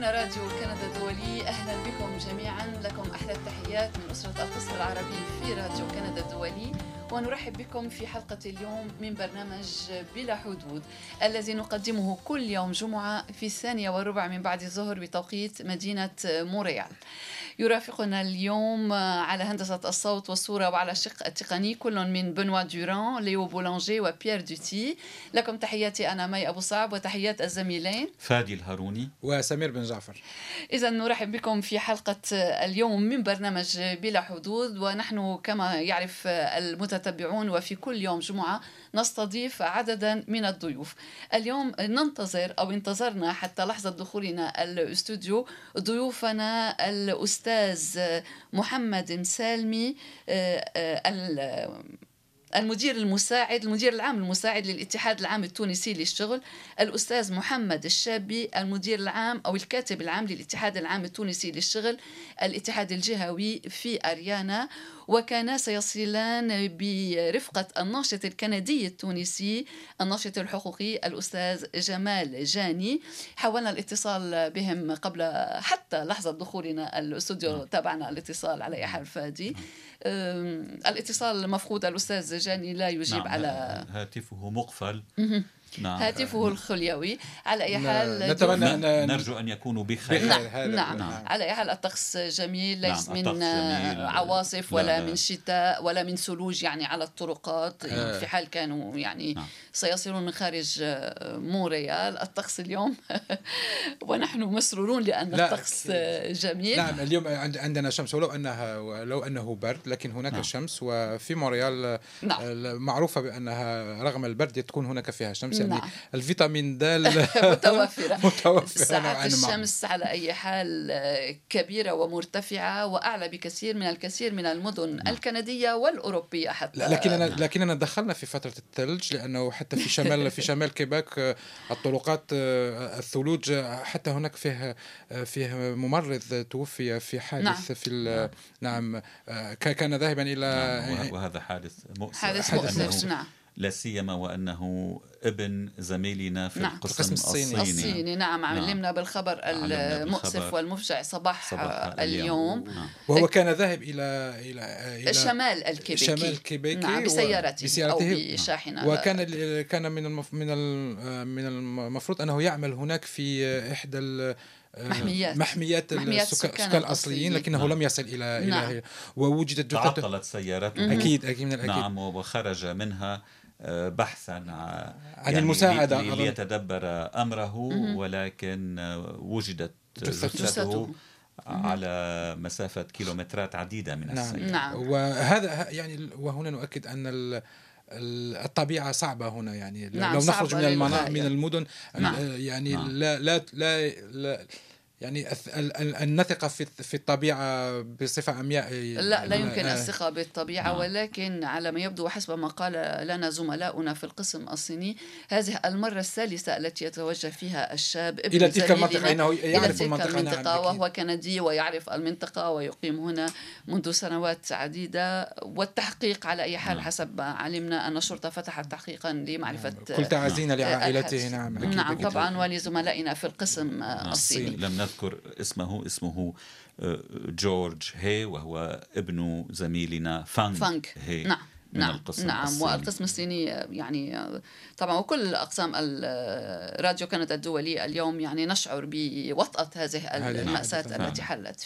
مستمعونا راديو كندا الدولي، أهلا بكم جميعا. لكم أحلى التحيات من أسرة القسم العربي في راديو كندا الدولي، ونرحب بكم في حلقة اليوم من برنامج بلا حدود الذي نقدمه كل يوم جمعة في 1:15 من بعد الظهر بتوقيت مدينة مونريال. يرافقنا اليوم على هندسة الصوت والصورة وعلى الشق التقني كل من بنوا دوران، ليو بولانجي وبيير دوتي. لكم تحياتي أنا مي أبو صعب، وتحيات الزميلين فادي الهاروني وسمير بن جعفر. إذا نرحب بكم في حلقة اليوم من برنامج بلا حدود، ونحن كما يعرف المتتبعون وفي كل يوم جمعة نستضيف عددا من الضيوف. اليوم ننتظر أو انتظرنا حتى لحظة دخولنا الاستوديو ضيوفنا الأستاذ محمد مسالمي، المدير العام المساعد للاتحاد العام التونسي للشغل، الأستاذ محمد الشابي المدير العام أو الكاتب العام للاتحاد العام التونسي للشغل الاتحاد الجهوي في أريانا، وكان سيصلان برفقة الناشط الكندي التونسي الناشط الحقوقي الأستاذ جمال جاني. حاولنا الاتصال بهم قبل حتى لحظة دخولنا الاستوديو، تابعنا الاتصال على أي حال فادي. الاتصال مفقود، الأستاذ جاني لا يجيب على هاتفه مقفل. نعم. هاتفه الخليوي. على أي حال نتمنى نرجو أن يكونوا بخير. نعم. على أي حال الطقس جميل، ليس من عواصف ولا من شتاء ولا من ثلوج يعني على الطرقات. في حال كانوا يعني سيصلون من خارج مونريال. الطقس اليوم ونحن مسرورون لأن الطقس جميل. نعم، اليوم عندنا شمس ولو أنه برد، لكن هناك شمس. وفي مونريال معروفة بأنها رغم البرد تكون هناك فيها شمس، يعني الفيتامين د متوفرة. ساعات الشمس على أي حال كبيرة ومرتفعة وأعلى بكثير من الكثير من المدن الكندية والأوروبية حتى. لكننا دخلنا في فترة الثلج، لأنه حتى في شمال كيباك الطرقات الثلوج، حتى هناك فيه ممرض توفي في حادث في نعم كان ذاهبا إلى وهذا حادث مؤسف. نعم. لا سيما وأنه ابن زميلنا في القسم الصيني. نعم. علمنا بالخبر المؤسف والمفجع صباح اليوم. وهو كان ذاهب إلى شمال الكيبيكي بسيارته أو بشاحنة. وكان من المفروض أنه يعمل هناك في إحدى محميات السكان الأصليين، لكنه لم يصل إلى ووجدت تعطلت سيارته. أكيد من الأكيد. نعم، وخرج منها بحثا عن المساعدة ليتدبر أمره، ولكن وجدت جثته على مسافة كيلومترات عديدة من السيارة. نعم. وهذا يعني وهنا نؤكد أن الطبيعة صعبة هنا، يعني لو نخرج من المدن يعني لا يعني أن نثق في الطبيعة بصفة عمياء. لا يمكن الثقة بالطبيعة. ولكن على ما يبدو وحسب ما قال لنا زملاؤنا في القسم الصيني، هذه المرة الثالثة التي يتوجه فيها الشاب إلى تلك المنطقة، إنه يعرف المنطقة وهو كندي ويعرف المنطقة ويقيم هنا منذ سنوات عديدة. والتحقيق على أي حال حسب ما علمنا أن الشرطة فتحت تحقيقا لمعرفة كل تعزينا لعائلته. نعم طبعا، ولزملائنا في القسم الصيني. لم نذكر اسمه جورج هي، وهو ابن زميلنا فانغ هي. نعم. والقسم الصيني يعني طبعا وكل أقسام الراديو كندا الدولي اليوم يعني نشعر بوطأة هذه المأساة التي حلت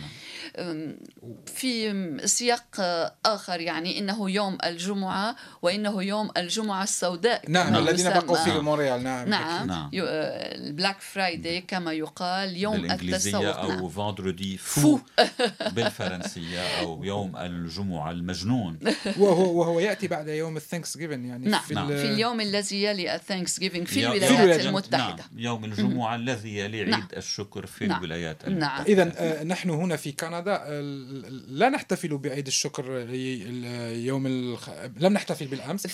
في سياق آخر. يعني إنه يوم الجمعة، وإنه يوم الجمعة السوداء. نعم، الذين بقوا في مونريال. نعم. البلاك فرايداي كما يقال، يوم التسوق أو فاندردي فو بالفرنسية، أو يوم الجمعة المجنون. وهو يأتي بعد يوم الثانكس جيفن، يعني في اليوم الذي يلي الثانكس جيفن في الولايات المتحدة. يوم الجمعة الذي يلي عيد الشكر في الولايات المتحدة. إذن نحن هنا في كندا لا نحتفل بعيد الشكر لم نحتفل بالأمس.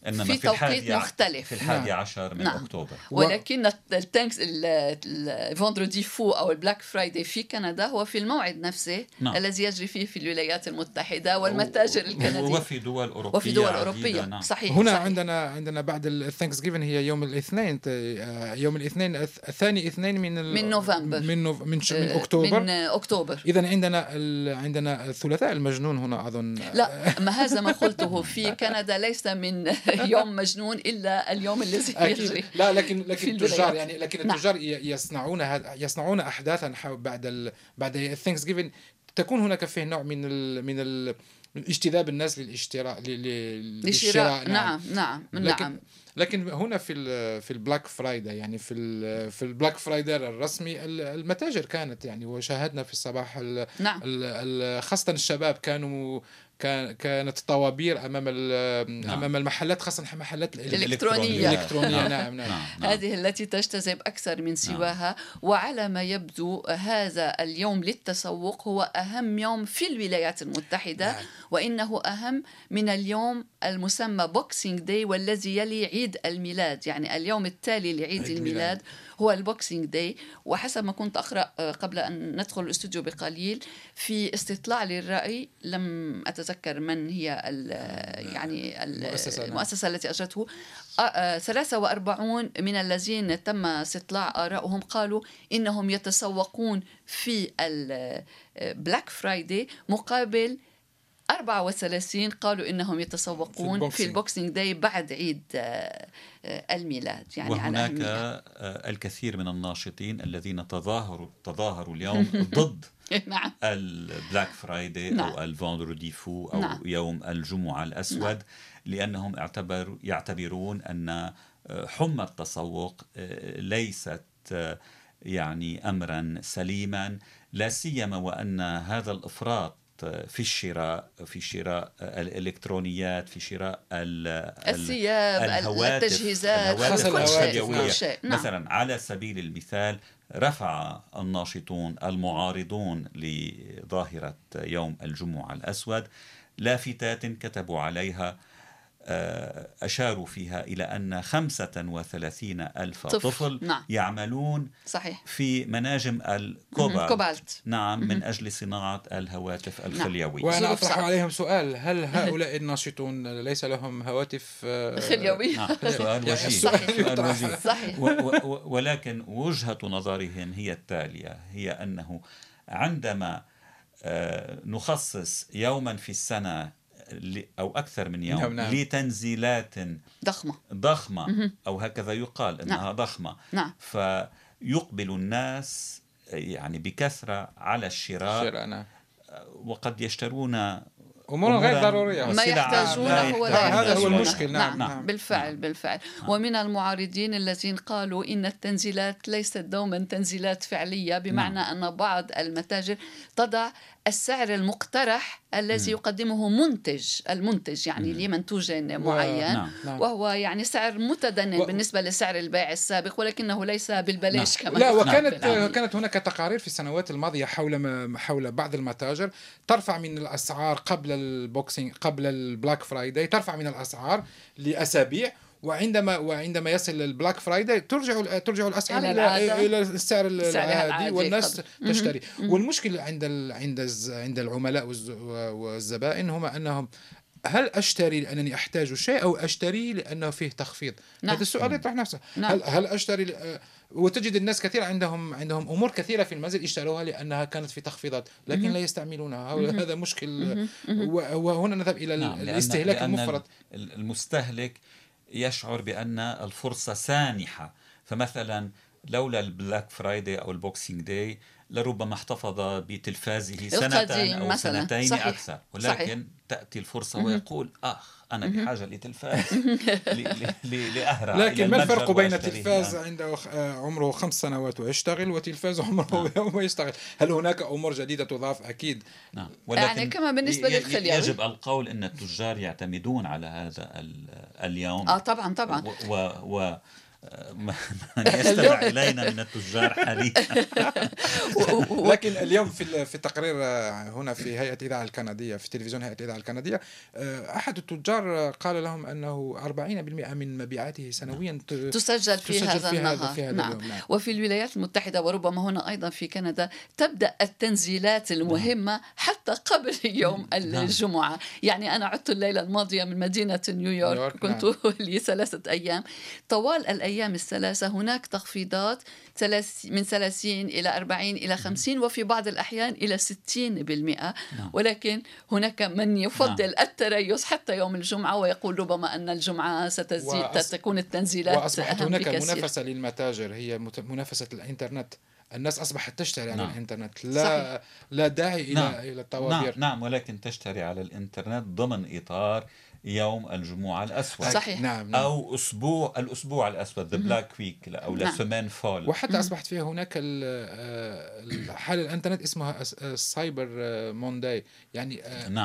إنما في توقيت مختلف في 11 من أكتوبر. ولكن التانكس الفندردي فو أو البلاك فرايداي في كندا هو في الموعد نفسه الذي يجري فيه في الولايات المتحدة والمتاجر الكندية وفي دول أوروبية. صحيح. هنا صحيح. عندنا بعد الثانكس جيفن هي يوم الاثنين الثاني اثنين من نوفمبر من أكتوبر. إذا عندنا الثلاثاء المجنون هنا أظن. لا، ما هذا ما قلته في كندا ليس من يوم مجنون إلا اليوم الذي يجري. لا لكن التجار التجار يصنعون أحداثا بعد الثانكس جيفن تكون هناك فيه نوع من اجتذاب الناس للشراء. نعم. لكن هنا في البلاك فرايداي يعني في البلاك فرايداي الرسمي المتاجر كانت يعني وشاهدنا في الصباح خاصة الشباب كانت طوابير امام المحلات، خاصه المحلات الالكترونيه. نعم. هذه التي تجتذب اكثر من سواها. وعلى ما يبدو هذا اليوم للتسوق هو اهم يوم في الولايات المتحده. وانه اهم من اليوم المسمى بوكسينج داي والذي يلي عيد الميلاد، يعني اليوم التالي لعيد الميلاد هو البوكسينج داي. وحسب ما كنت أقرأ قبل أن ندخل الاستوديو بقليل في استطلاع للرأي، لم أتذكر من هي يعني المؤسسة التي أجرته، 43 من الذين تم استطلاع آرائهم قالوا إنهم يتسوقون في البلاك فرايداي، مقابل 34 قالوا إنهم يتسوقون في البوكسينج داي بعد عيد الميلاد. يعني وهناك الكثير من الناشطين الذين تظاهروا اليوم ضد البلاك فرايداي أو الفندردي فو أو يوم الجمعة الأسود، لأنهم يعتبرون أن حمى التسوق ليست يعني أمرا سليما، لا سيما وأن هذا الإفراط في شراء الإلكترونيات، في شراء الثياب، التجهيزات، الحيوية. مثلا على سبيل المثال رفع الناشطون المعارضون لظاهرة يوم الجمعة الأسود لافتات كتبوا عليها أشاروا فيها إلى أن 35,000 طفل يعملون في مناجم الكوبالت من أجل صناعة الهواتف الخليوية. وأنا أطرح عليهم سؤال: هل هؤلاء الناشطون ليس لهم هواتف خليوية؟ سؤال وجيه. صحيح. ولكن وجهة نظرهم هي التالية، هي أنه عندما نخصص يوما في السنة أو أكثر من يوم لتنزيلات ضخمة أو هكذا يقال أنها ضخمة، فيقبل الناس يعني بكثرة على الشراء وقد يشترون أمور غير ضرورية، ما يحتاجونه هذا هو المشكل. نعم. بالفعل. ومن المعارضين الذين قالوا إن التنزيلات ليست دوما تنزيلات فعلية، بمعنى أن بعض المتاجر تضع السعر المقترح الذي يقدمه المنتج يعني لمنتوج معين، وهو يعني سعر متدني بالنسبة لسعر البيع السابق، ولكنه ليس بالبلاش كما. لا، وكانت هناك تقارير في السنوات الماضية حول بعض المتاجر ترفع من الأسعار قبل البلاك فرايداي، ترفع من الأسعار لأسابيع، وعندما يصل البلاك فرايداي ترجع الأسعار إلى السعر العادي والناس تشتري. والمشكلة عند العملاء والزبائن هما أنهم: هل أشتري لأنني أحتاج شيء أو أشتري لأنه فيه تخفيض؟ هذا السؤال يطرح نفسه. هل أشتري وتجد الناس كثير عندهم أمور كثيرة في المنزل اشتروها لأنها كانت في تخفيضات لكن لا يستعملونها. هذا مشكل. وهنا نذهب إلى الاستهلاك المفرط. المستهلك يشعر بأن الفرصة سانحة، فمثلا لولا البلاك فرايداي أو البوكسينج داي لربما احتفظ بتلفازه سنة أو سنتين أكثر، ولكن تأتي الفرصة ويقول: أنا بحاجة لتلفاز لأهرع. لكن ما الفرق بين تلفاز عنده عمره 5 سنوات ويشتغل وتلفاز عمره يوم ويشتغل؟ هل هناك أمور جديدة تضاف؟ أكيد. يعني كما بالنسبة للخليوي يجب القول أن التجار يعتمدون على هذا اليوم. طبعا. من يستمع إلينا من التجار حاليا. لكن اليوم في التقرير هنا في هيئة الإذاعة الكندية، في تلفزيون هيئة الإذاعة الكندية، أحد التجار قال لهم أنه 40% من مبيعاته سنويا تسجل في هذا النهار. نعم. وفي الولايات المتحدة وربما هنا أيضا في كندا تبدأ التنزيلات المهمة حتى قبل يوم الجمعة. يعني أنا عدت الليلة الماضية من مدينة نيويورك، كنت لي 3 أيام. طوال الأيام الثلاثة هناك تخفيضات من 30 إلى 40 إلى 50 وفي بعض الأحيان إلى 60%. ولكن هناك من يفضل التريث حتى يوم الجمعة ويقول ربما أن الجمعة ستكون التنزيلات وأصبحت هناك منافسة للمتاجر، هي منافسة الإنترنت. الناس أصبحت تشتري على الإنترنت، لا داعي إلى الطوابير. نعم، ولكن تشتري على الإنترنت ضمن إطار يوم الجمعة الأسود. صحيح. نعم. أو الأسبوع الأسود، The Black Week، أو La Semaine Folle. وحتى أصبحت فيها هناك حال الإنترنت اسمها سايبر مونداي، يعني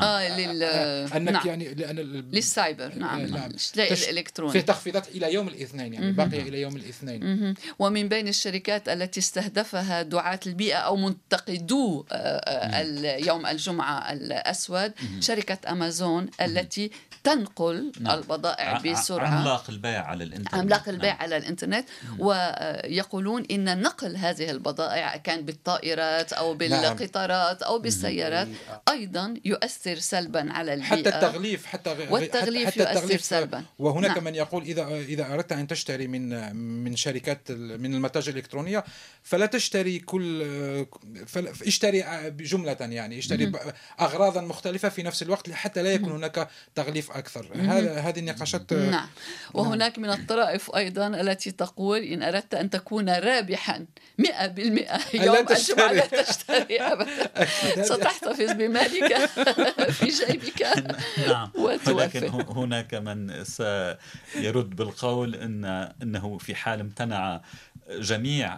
أنك يعني للسايبر. نعم. الإلكتروني في تخفيضات إلى يوم الاثنين، يعني باقية إلى يوم الاثنين. ومن بين الشركات التي استهدفها دعاة البيئة أو منتقدو يوم الجمعة الأسود شركة أمازون التي تنقل البضائع بسرعة. عملاق البيع على الإنترنت. ويقولون إن نقل هذه البضائع كان بالطائرات أو بالقطارات أو بالسيارات أيضا يؤثر سلبا على البيئة. حتى التغليف والتغليف يؤثر سلبا. وهناك من يقول إذا أردت أن تشتري من شركات من المتاجر الإلكترونية فلا تشتري اشتري جملة، يعني اشتري أغراضا مختلفة في نفس الوقت حتى لا يكون هناك تغليف أكثر. هذه النقاشات. نعم. وهناك من الطرائف أيضا التي تقول إن أردت أن تكون رابحا 100% يوم الجمعة لا تشتري أبدا، ستحتفظ بمالك في جيبك. نعم. ولكن هناك من سيرد بالقول أنه في حال امتنع جميع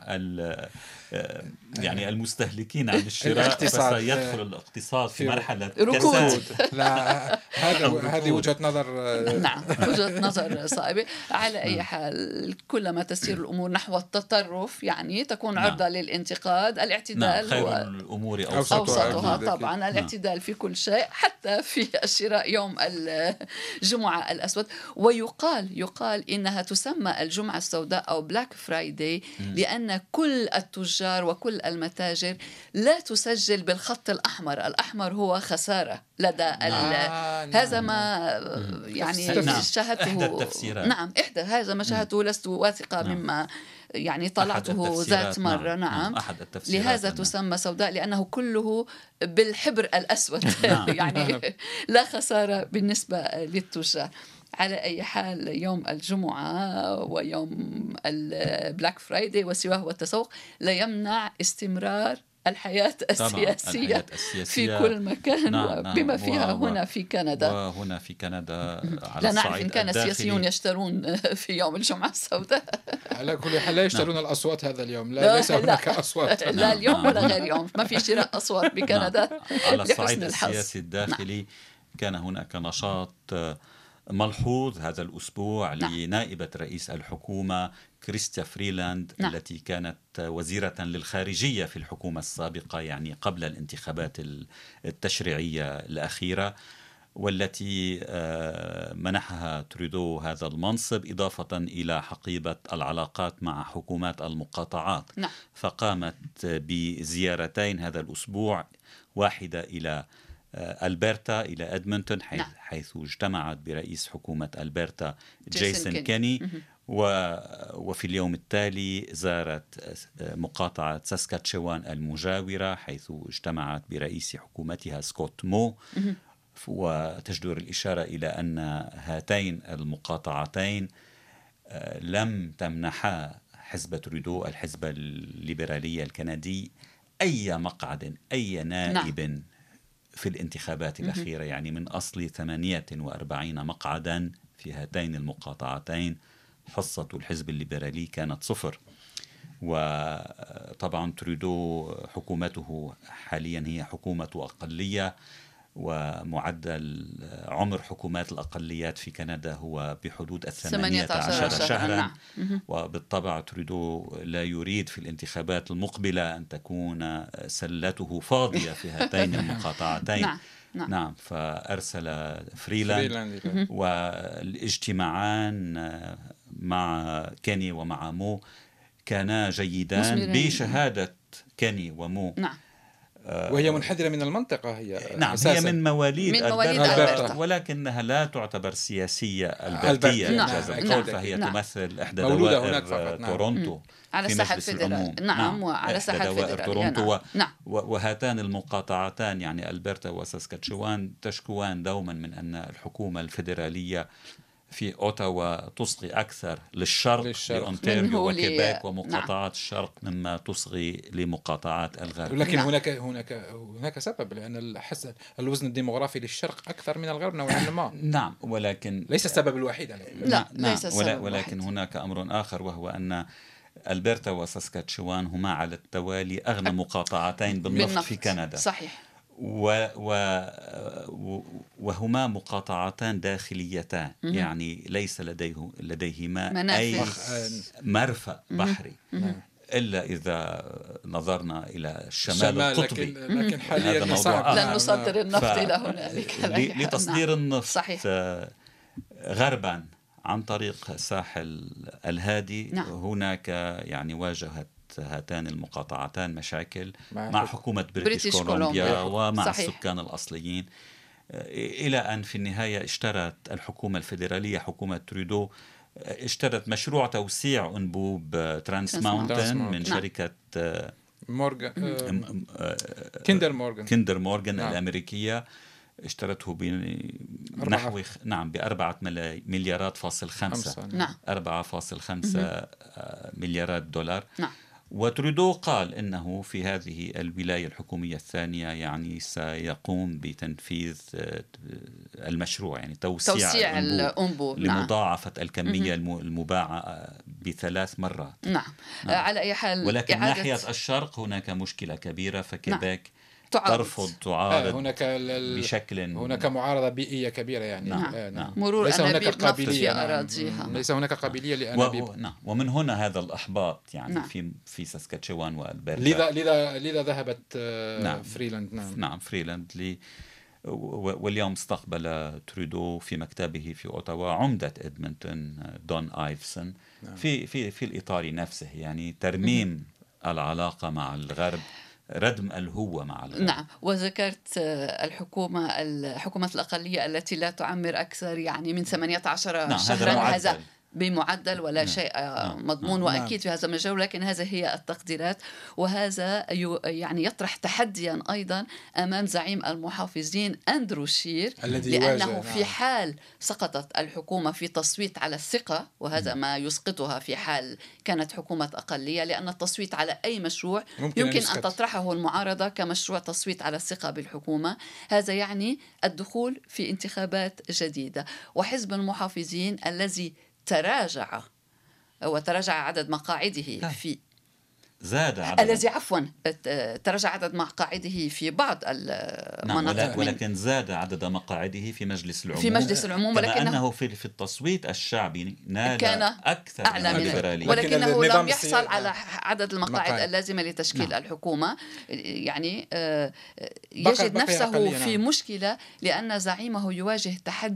يعني المستهلكين عن الشراء فسيدخل الاقتصاد في مرحلة ركود. لا، هذه وجهة نظر. نعم، وجهة نظر صائبة. على أي حال كلما تسير الأمور نحو التطرف يعني تكون عرضة للانتقاد. الاعتدال خير الأمور أوسطها طبعا. الاعتدال في كل شيء حتى في الشراء يوم الجمعة الأسود. ويقال إنها تسمى الجمعة السوداء أو بلاك فرايداي لأن كل التجار وكل المتاجر لا تسجل بالخط الأحمر هو خسارة لدى هذا ما يعني شاهدته. إحدى التفسيرات. نعم، هذا ما شاهدته. لست واثقة مما يعني طلعته ذات مرة. نعم. لهذا تسمى سوداء لأنه كله بالحبر الأسود. يعني لا خسارة بالنسبة للتجار. على أي حال يوم الجمعة ويوم البلاك فرايداي وسواه والتسوق لا يمنع استمرار الحياة السياسية في كل مكان. بما فيها هنا في كندا. وهنا في كندا لا نعرف إن كان السياسيون يشترون في يوم الجمعة السوداء. على كل حال لا يشترون الأصوات هذا اليوم. ليس هناك أصوات. لا اليوم ولا غير يوم ما في شراء أصوات بكندا. على الصعيد السياسي الداخلي كان هناك نشاط ملحوظ هذا الأسبوع لنائبة رئيس الحكومة كريستيا فريلاند التي كانت وزيرة للخارجية في الحكومة السابقة، يعني قبل الانتخابات التشريعية الأخيرة، والتي منحها ترودو هذا المنصب إضافة إلى حقيبة العلاقات مع حكومات المقاطعات. فقامت بزيارتين هذا الأسبوع، واحدة إلى ألبرتا، إلى أدمنتون حيث اجتمعت برئيس حكومة ألبرتا جيسون كيني، وفي اليوم التالي زارت مقاطعة ساسكاتشوان المجاورة حيث اجتمعت برئيس حكومتها سكوت مو. وتجدر الإشارة إلى أن هاتين المقاطعتين لم تمنحا حزب ترودو، الحزب الليبرالي الكندي، أي مقعد، أي نائب في الانتخابات الأخيرة. يعني من أصل 48 مقعدا في هاتين المقاطعتين حصة الحزب الليبرالي كانت 0. وطبعا ترودو حكومته حاليا هي حكومة أقلية ومعدل عمر حكومات الأقليات في كندا هو بحدود 18 شهرا. نعم. وبالطبع ترودو لا يريد في الانتخابات المقبلة أن تكون سلته فاضية في هاتين المقاطعتين. نعم. فأرسل فريلاند والاجتماعان مع كيني ومع مو كانا جيدان بشهادة كيني ومو. نعم. وهي منحدرة من المنطقة. هي نعم هي من مواليد ألبرتا، ولكنها لا تعتبر سياسية ألبرتية إنجاز القول، فهي تمثل إحدى دوائر تورونتو على الساحة الفيدرالية. نعم وعلى الساحة الفيدرالية. وهاتان المقاطعتان يعني ألبرتا وساسكاتشوان تشكوان دوما من أن الحكومة الفيدرالية في أوتاوا تصغي أكثر للشرق لأونتاريو وكيباك ومقاطعات الشرق مما تصغي لمقاطعات الغرب. لكن هناك سبب، لأن الوزن الديموغرافي للشرق أكثر من الغرب نوعا ما. نعم ولكن ليس السبب الوحيد. ليس السبب ولكن هناك أمر آخر، وهو أن ألبرتا وساسكاتشوان هما على التوالي أغنى مقاطعتين بالنفط في كندا. صحيح. وهما مقاطعتان داخليتان، يعني ليس لديهما أي مرفأ بحري إلا إذا نظرنا إلى الشمال القطبي. لكن حاليا صعب لن نصدر النفط إلى هنالك لتصدير النفط صحيح. غربا عن طريق ساحل الهادي. هناك يعني واجهت هاتان المقاطعتان مشاكل مع حكومة بريتش كولومبيا ومع السكان الأصليين، إلى أن في النهاية اشترت الحكومة الفيدرالية حكومة ترودو اشترت مشروع توسيع أنبوب ترانس ماونتن من شركة كيندر مورغان الأمريكية. اشترته بنحو ب4 مليارات فاصل 5 4.5 مليارات دولار. وترودو قال إنه في هذه الولاية الحكومية الثانية يعني سيقوم بتنفيذ المشروع، يعني توسيع الأنبوب لمضاعفة الكمية المباعة ب3 مرات. نعم. على أي حال، ولكن ناحية الشرق هناك مشكلة كبيرة، فكيباك ترفض تعارض بشكل. هناك معارضة بيئية كبيرة يعني. مرور أنابيب نفط في أراضيها. ليس هناك قابلية لأنابيب. ومن هنا هذا الإحباط يعني في ساسكاتشوان والبرتا. لذا ذهبت فريلاند. فريلاند واليوم استقبل ترودو في مكتبه في أوتاوا عمدة إدمنتون دون آيفسون في الإطار نفسه، يعني ترميم العلاقة مع الغرب، ردم الهوة مع الغرب. نعم. وذكرت الحكومة الأقلية التي لا تعمر أكثر يعني من 18 شهرا. هذا بمعدل ولا شيء مضمون وأكيد في هذا المجال، ولكن هذا هي التقديرات. وهذا يعني يطرح تحديا أيضا أمام زعيم المحافظين أندرو شير، لأنه في حال سقطت الحكومة في تصويت على الثقة، وهذا ما يسقطها في حال كانت حكومة أقلية، لأن التصويت على أي مشروع يمكن أن تطرحه المعارضة كمشروع تصويت على الثقة بالحكومة. هذا يعني الدخول في انتخابات جديدة. وحزب المحافظين الذي تراجع عدد مقاعده في تراجع عدد مقاعده في بعض المناطق. ولكن زاد عدد مقاعده في مجلس العموم ولكنه في التصويت الشعبي نال كان أكثر أعلى منه، ولكنه لم يحصل على عدد المقاعد اللازمة لتشكيل الحكومة. يعني يجد نفسه في مشكلة، لأن زعيمه يواجه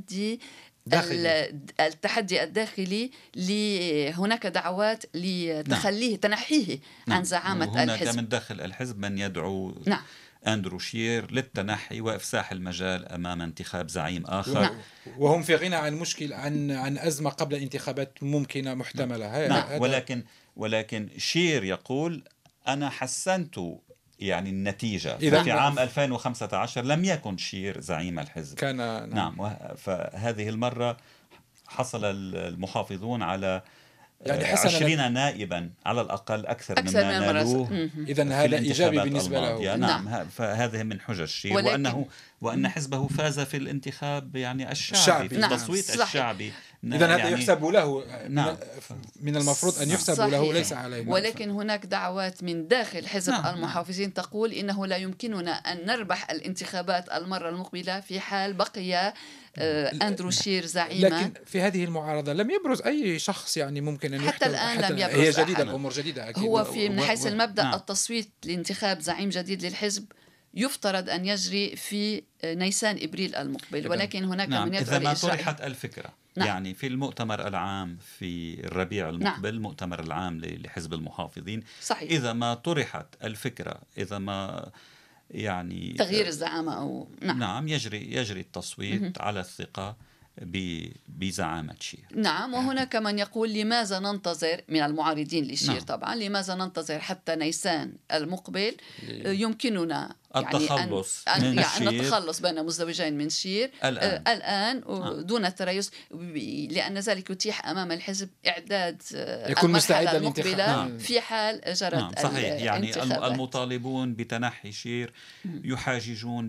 التحدي الداخلي. هناك دعوات تنحيه عن زعامة الحزب. هناك من داخل الحزب من يدعو أندرو شير للتنحي وإفساح المجال أمام انتخاب زعيم آخر. وهم في غنى عن عن أزمة قبل انتخابات ممكنة محتملة. ولكن شير يقول أنا حسنت يعني النتيجة. في عام 2015 لم يكن شير زعيم الحزب، كان فهذه المرة حصل المحافظون على يعني 20 نائبا على الأقل أكثر مما نالوه. إذن هذا إيجابي بالنسبة له. نعم. فهذه من حجج شير، وأن حزبه فاز في الانتخاب يعني الشعبي في التصويت الشعبي. إذن هذا يحسب له. من المفروض أن يحسب له ليس عليه. ولكن هناك دعوات من داخل حزب المحافظين تقول إنه لا يمكننا أن نربح الانتخابات المرة المقبلة في حال بقي أندرو شير زعيما. لكن في هذه المعارضة لم يبرز أي شخص يعني ممكن أن حتى الآن لم يبرز. هي جديدة، الأمور جديدة أكيد. هو من حيث المبدأ التصويت لانتخاب زعيم جديد للحزب يفترض أن يجري في نيسان إبريل المقبل، ولكن هناك من يدعو إذا ما طرحت الفكرة. يعني في المؤتمر العام في الربيع المقبل، المؤتمر العام لحزب المحافظين. صحيح. إذا ما طرحت الفكرة، إذا ما يعني تغيير الزعامة أو نعم يجري التصويت على الثقة بزعامة شير. نعم. وهناك من يقول لماذا ننتظر من المعارضين لشير طبعا، لماذا ننتظر حتى نيسان المقبل؟ يمكننا التخلص يعني نتخلص بين مزدوجين من شير الآن دون التريث، لأن ذلك يتيح أمام الحزب إعداد المرحلة المقبلة في حال جرت صحيح. يعني المطالبون بتنحي شير يحاججون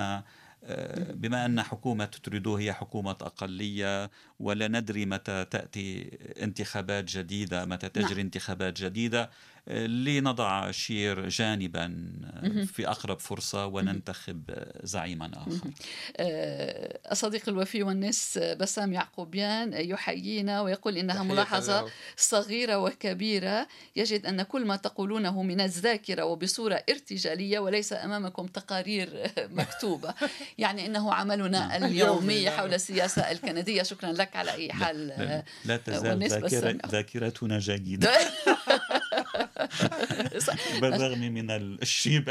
بما أن حكومة تريدو هي حكومة أقلية، ولا ندري متى تأتي انتخابات جديدة، متى تجري انتخابات جديدة، لنضع شير جانبا في أقرب فرصة وننتخب زعيما آخر. الصديق الوفي والناس بسام يعقوبيان يحيينا ويقول إنها ملاحظة صغيرة وكبيرة، يجد أن كل ما تقولونه من الذاكرة وبصورة ارتجالية وليس أمامكم تقارير مكتوبة. يعني إنه عملنا اليومي حول السياسة الكندية. شكرا لك على أي حال. لا تزال ذاكرتنا جيدة بالرغم من الشيب.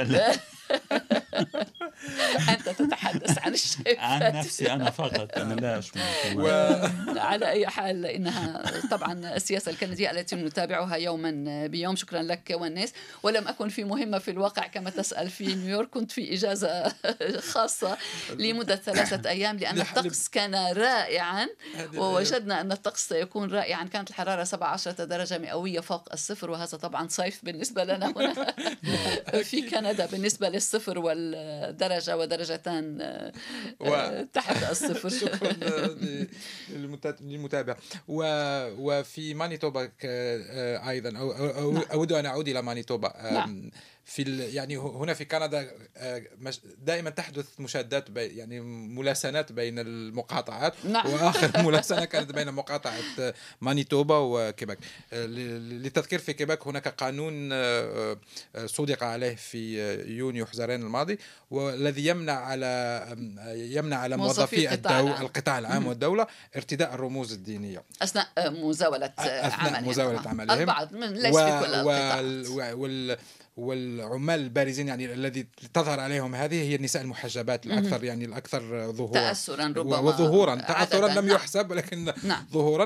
أنت تتحدث عن الشيء عن نفسي أنا فقط، أنا لا أشمل. على أي حال إنها طبعا السياسة الكندية التي نتابعها يوما بيوم. شكرا لك والناس. ولم أكن في مهمة في الواقع كما تسأل في نيويورك، كنت في إجازة خاصة لمدة 3 أيام لأن الطقس كان رائعا، ووجدنا أن الطقس سيكون رائعا. كانت الحرارة 17 درجة مئوية فوق الصفر، وهذا طبعا صيف بالنسبة لنا هنا في كندا بالنسبة للصفر والدرجة ودرجتان تحت الصفر. شكرا للمتابع. وفي مانيتوبا أيضا أود أن أعود إلى مانيتوبا. يعني هنا في كندا دائما تحدث مشادات يعني ملاسنات بين المقاطعات. وآخر ملاسنة كانت بين مقاطعة مانيتوبا وكيباك. للتذكير في كيباك هناك قانون صدق عليه في يونيو حزيران الماضي، والذي يمنع على موظفي القطاع العام والدولة ارتداء الرموز الدينية أثناء مزاولة عملهم. البعض ليس في كل القطاعات. والعمال البارزين يعني الذي تظهر عليهم هذه هي النساء المحجبات الأكثر، يعني الأكثر ظهورا تأثرا ربما وظهورا. تأثرا لم يحسب ولكن ظهورا.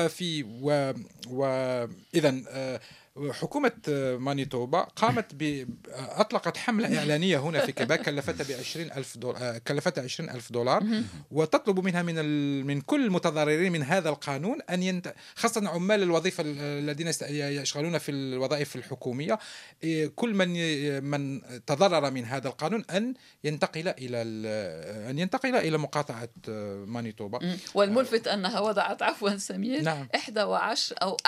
وإذن حكومة مانيتوبا قامت أطلقت حملة إعلانية هنا في كيباك كلفتها $20,000 وتطلب منها من كل المتضررين من هذا القانون أن خاصة عمال الوظيفة الذين يشغلون في الوظائف الحكومية، كل من تضرر من هذا القانون أن ينتقل إلى مقاطعة مانيتوبا. والملفت أنها وضعت عفوا سمير 11 أو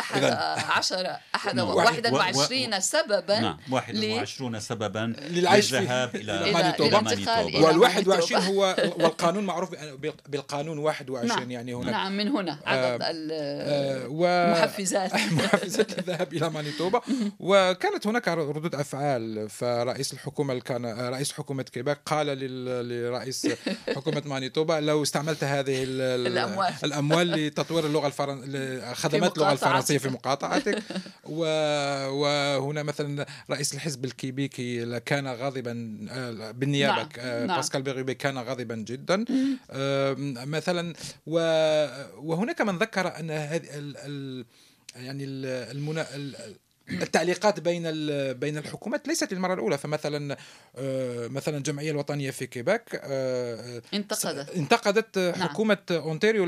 21 سببا 21 سببا للعيش للذهاب إلى مانيتوبا. وال21 هو والقانون معروف بالقانون 21. يعني هنا من هنا عدد المحفزات الذهاب إلى مانيتوبا. وكانت هناك ردود أفعال. فرئيس الحكومة رئيس حكومة كيباك قال لرئيس حكومة مانيتوبا لو استعملت هذه الأموال لتطوير خدمات اللغة الفرنسية في مقاطعتك. وهنا مثلا رئيس الحزب الكيبيكي كان غاضبا بالنيابة. باسكال بيغيبي كان غاضبا جدا مثلا. وهناك من ذكر أن هذه يعني التعليقات بين الحكومات ليست للمرة الأولى. فمثلا مثلا الجمعية الوطنية في كيباك انتقدت حكومة أونتاريو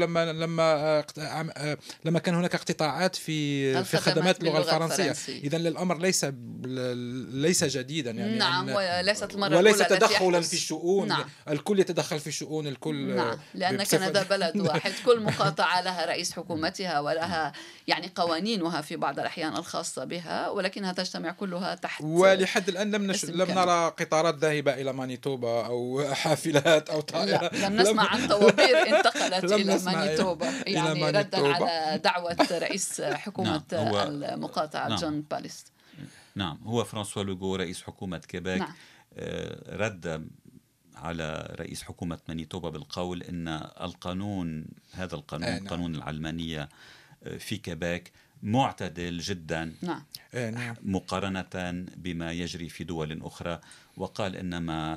لما كان هناك اقتطاعات في خدمات اللغة الفرنسية. إذن الأمر ليس جديدا يعني. نعم، وليست المرة وليس الأولى تدخلا في الشؤون. نعم. الكل يتدخل في شؤون الكل. نعم، لأن كندا بلد واحد، كل مقاطعة لها رئيس حكومتها ولها يعني قوانينها في بعض الأحيان الخاصة بها، ولكنها تجتمع كلها تحت. ولحد الآن لم نرى قطارات ذاهبة إلى مانيتوبا أو حافلات أو طائرة. لم نسمع عن طوابير انتقلت إلى مانيتوبا، يعني ردا على دعوة رئيس حكومة المقاطعة جون باليست. نعم، هو فرانسوا لوغو رئيس حكومة كيباك. نعم. رد على رئيس حكومة مانيتوبا بالقول إن هذا القانون قانون العلمانية في كيباك معتدل جدا. نعم. مقارنة بما يجري في دول أخرى، وقال إن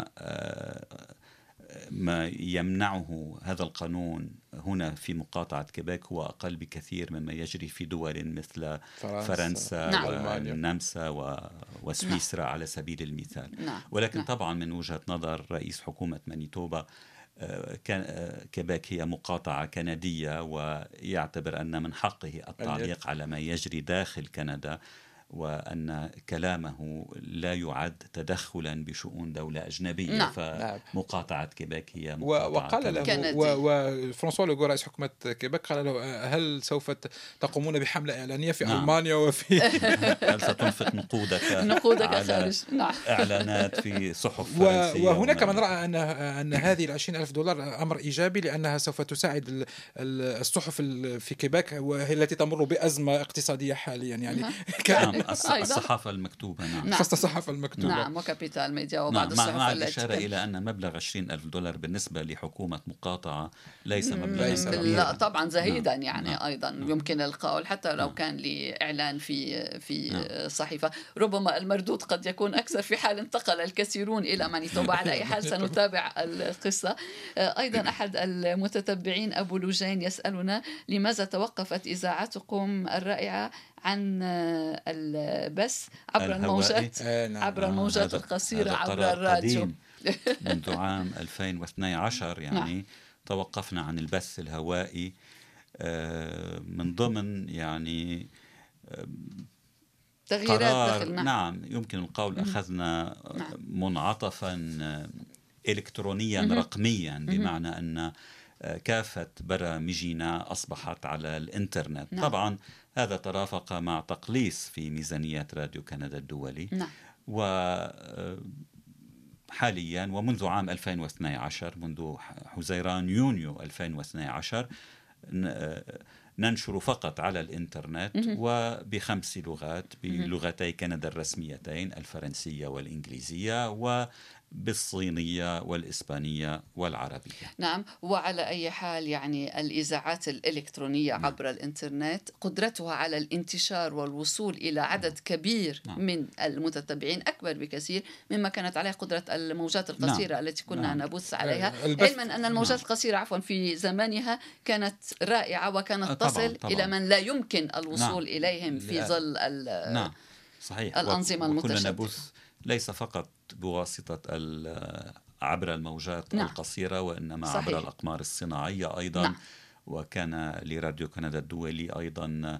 ما يمنعه هذا القانون هنا في مقاطعة كيباك هو أقل بكثير مما يجري في دول مثل فرنسا نعم. والنمسا وسويسرا. نعم. على سبيل المثال. نعم. ولكن نعم. طبعا من وجهة نظر رئيس حكومة مانيتوبا كيباك هي مقاطعة كندية، ويعتبر أن من حقه التعليق على ما يجري داخل كندا، وأن كلامه لا يعد تدخلا بشؤون دولة أجنبية. نعم. فمقاطعة كيباك هي وقال له وفرانسوا لوغو رئيس حكومة كيباك قال له هل سوف تقومون بحملة إعلانية في نعم. ألمانيا وفي هل ستنفق نقودك على نعم. إعلانات في صحف فرنسية؟ وهناك من رأى أن هذه $20,000 أمر إيجابي، لأنها سوف تساعد الصحف في كيباك وهي التي تمر بأزمة اقتصادية حاليا يعني. الصحافة المكتوبة. نعم. خاصة الصحافة المكتوبة. نعم، وكابيتال ميديا وبعض الصحف. مع الإشارة إلى أن مبلغ $20,000 بالنسبة لحكومة مقاطعة ليس مبلغا كبيرا. لا طبعا زهيدا. يعني نعم. أيضا يمكن القول حتى لو كان لإعلان في صحيفة، ربما المردود قد يكون أكثر في حال انتقل الكثيرون إلى مانيتوبا. على أي حال سنتابع القصة. أيضا أحد المتتبعين أبو لوجين يسألنا لماذا توقفت إذاعتكم الرائعة عن البث عبر الموجات القصيرة عبر الراديو منذ عام 2012 يعني. نعم. توقفنا عن البث الهوائي من ضمن يعني تغييرات داخل. نعم، يمكن القول أخذنا منعطفا إلكترونيا رقميا، بمعنى أن كافة برامجنا أصبحت على الإنترنت. نعم. طبعا هذا ترافق مع تقليص في ميزانيات راديو كندا الدولي. نعم. وحاليا ومنذ عام 2012 منذ حزيران يونيو 2012 ننشر فقط على الإنترنت وب5 لغات، بلغتي كندا الرسميتين الفرنسية والإنجليزية، بالصينية والإسبانية والعربية. نعم. وعلى أي حال يعني الإذاعات الإلكترونية عبر الإنترنت قدرتها على الانتشار والوصول إلى عدد كبير من المتتبعين أكبر بكثير مما كانت عليه قدرة الموجات القصيرة التي كنا نبث عليها. علما أن الموجات القصيرة في زمانها كانت رائعة وكانت تصل إلى من لا يمكن الوصول إليهم في ظل صحيح. الأنظمة المتشددة. ليس فقط بواسطة عبر الموجات القصيرة، وإنما صحيح. عبر الأقمار الصناعية أيضا. وكان لراديو كندا الدولي أيضا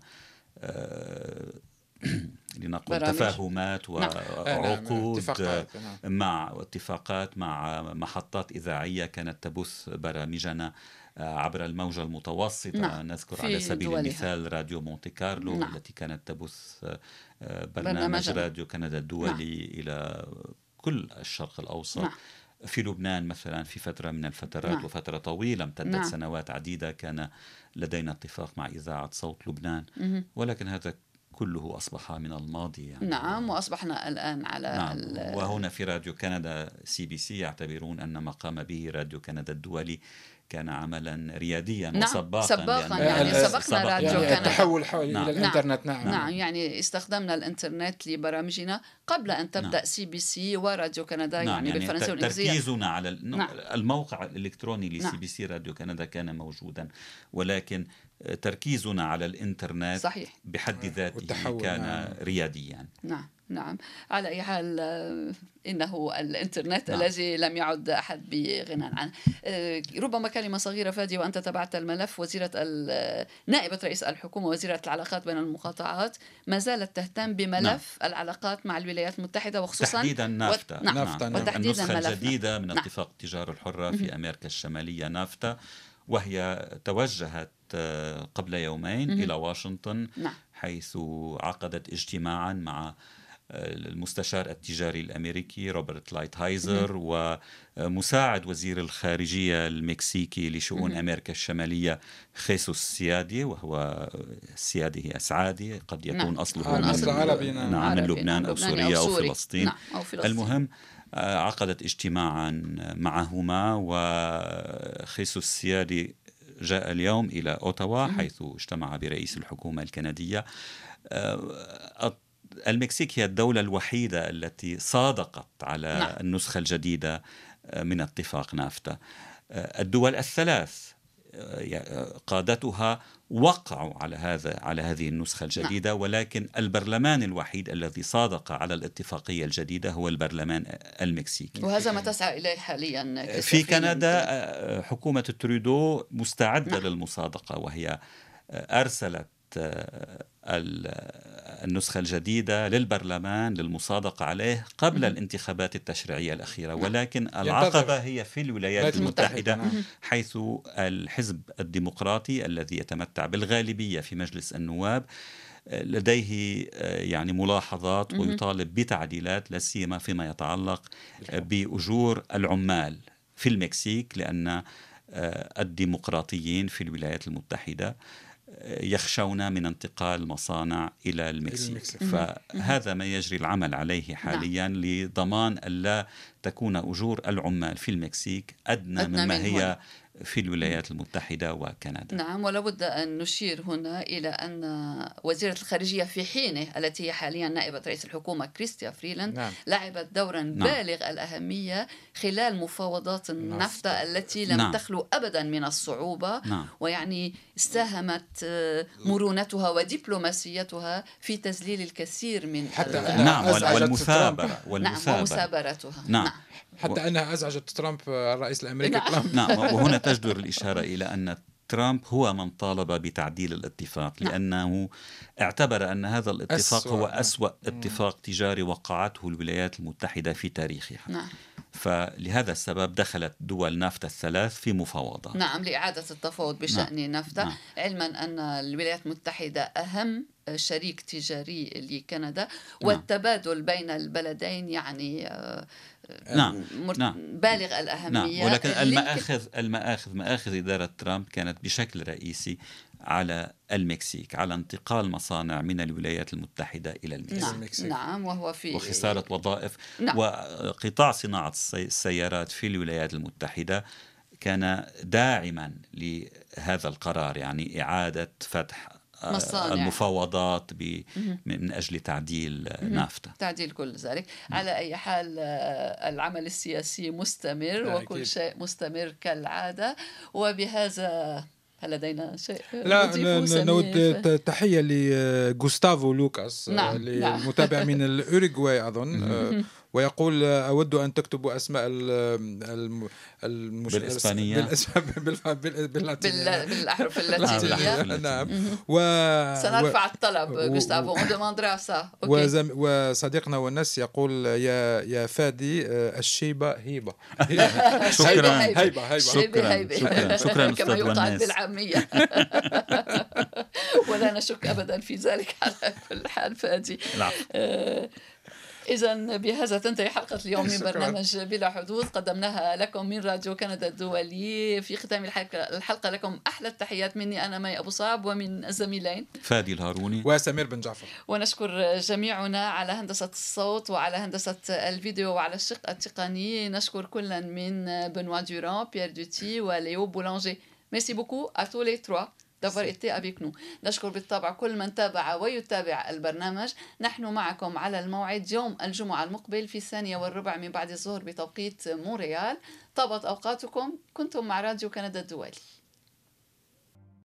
لنقل تفاهمات وعقود مع اتفاقات مع محطات إذاعية كانت تبث برامجنا عبر الموجة المتوسطة. نذكر على سبيل المثال راديو مونتي كارلو التي كانت تبث برنامج راديو كندا الدولي إلى كل الشرق الأوسط. في لبنان مثلا في فترة من الفترات وفترة طويلة امتدت سنوات عديدة كان لدينا اتفاق مع إذاعة صوت لبنان، ولكن هذا كله أصبح من الماضي يعني. نعم، وأصبحنا الآن على وهنا في راديو كندا CBC يعتبرون أن ما قام به راديو كندا الدولي كان عملا رياديا نعم وسباقا يعني سبقنا راديو كندا. التحول نعم. إلى الإنترنت. نعم يعني استخدمنا الإنترنت لبرامجنا قبل أن تبدأ CBC وراديو كندا. يعني بالفرنسية والإنجليزية. تركيزنا على الموقع الإلكتروني لCBC راديو كندا كان موجودا، ولكن تركيزنا على الإنترنت صحيح بحد ذاته كان رياديا. نعم على أي حال إنه الإنترنت الذي لم يعد أحد بغنى عنه. ربما كلمة صغيرة فادي، وأنت تبعت الملف. وزيرة نائبة رئيس الحكومة وزيرة العلاقات بين المقاطعات ما زالت تهتم بملف العلاقات مع الولايات المتحدة، وخصوصا تحديدا نافتا. وتحديدا النسخة الجديدة من اتفاق التجارة الحرة في أمريكا الشمالية نافتا، وهي توجهت قبل يومين إلى واشنطن، حيث عقدت اجتماعا مع المستشار التجاري الأمريكي روبرت لايتهايزر ومساعد وزير الخارجية المكسيكي لشؤون أمريكا الشمالية خيسوس سيادي، وهو السيادي أسعادي، قد يكون أصله من لبنان أو سوريا أو فلسطين. المهم عقدت اجتماعا معهما، وخيسوس سيادي جاء اليوم إلى أوتاوا حيث اجتمع برئيس الحكومة الكندية. المكسيك هي الدولة الوحيدة التي صادقت على النسخة الجديدة من اتفاق نافتا. الدول الثلاث قادتها وقعوا على هذه النسخة الجديدة، ولكن البرلمان الوحيد الذي صادق على الاتفاقية الجديدة هو البرلمان المكسيكي. وهذا ما تسعى إليه حاليا في كندا. حكومة ترودو مستعدة للمصادقة، وهي أرسلت النسخة الجديدة للبرلمان للمصادقة عليه قبل الانتخابات التشريعية الأخيرة، ولكن العقبة هي في الولايات المتحدة، حيث الحزب الديمقراطي الذي يتمتع بالغالبية في مجلس النواب لديه يعني ملاحظات ويطالب بتعديلات، لا سيما فيما يتعلق بأجور العمال في المكسيك، لأن الديمقراطيين في الولايات المتحدة يخشون من انتقال مصانع إلى المكسيك. فهذا ما يجري العمل عليه حاليا لضمان ألا تكون أجور العمال في المكسيك أدنى مما هي في الولايات المتحدة وكندا. نعم، ولا بد أن نشير هنا إلى أن وزيرة الخارجية في حينه التي هي حاليا نائبة رئيس الحكومة كريستيا فريلاند لعبت دورا بالغ الأهمية خلال مفاوضات النافتا التي لم تخلو أبدا من الصعوبة، ويعني ساهمت مرونتها ودبلوماسيتها في تذليل الكثير من ومثابرتها. حتى أنها أزعجت ترامب الرئيس الأمريكي. وهنا تجدر الإشارة إلى أن ترامب هو من طالب بتعديل الاتفاق، لأنه اعتبر أن هذا الاتفاق هو أسوأ اتفاق تجاري وقعته الولايات المتحدة في تاريخها. فلهذا السبب دخلت دول نافتا الثلاث في مفاوضة لإعادة التفاوض بشأن نافتا، علما أن الولايات المتحدة أهم شريك تجاري لكندا، والتبادل بين البلدين يعني بالغ الأهمية. ولكن مآخذ إدارة ترامب كانت بشكل رئيسي على المكسيك، على انتقال مصانع من الولايات المتحدة إلى المكسيك. وهو وخسارة وظائف. وقطاع صناعة السيارات في الولايات المتحدة كان داعما لهذا القرار، يعني إعادة فتح مصانع. المفاوضات من أجل تعديل نافتا، تعديل كل ذلك. على أي حال العمل السياسي مستمر وكل شيء مستمر كالعادة. وبهذا هل لدينا شيء؟ نود تحية لغوستافو لوكاس المتابع من الأوروغواي أظن، ويقول أود أن تكتبوا أسماء بالإسبانية بالأحرف اللاتينية. نعم. سنرفع الطلب غوستافو. وصديقنا والناس يقول يا فادي الشيبة هيبة. شكرا كما يقال بالعامية. ولا نشك أبدا في ذلك. على كل حال فادي، إذا بهذا تنتهي حلقة اليوم من برنامج بلا حدود، قدمناها لكم من راديو كندا الدولي. في ختام الحلقة لكم أحلى التحيات مني أنا مي أبو صعب، ومن الزميلين فادي الهاروني وسمير بن جعفر. ونشكر جميعنا على هندسة الصوت وعلى هندسة الفيديو وعلى الشق التقني. نشكر كلا من بنوا دوران، بيير دوتي وليو بولانجي. Merci beaucoup à tous les trois d'avoir été avec nous. نشكر بالطبع كل من تابع ويتابع البرنامج. نحن معكم على الموعد يوم الجمعة المقبل في 1:15 من بعد الظهر بتوقيت مونريال. طابت أوقاتكم. كنتم مع راديو كندا الدولي.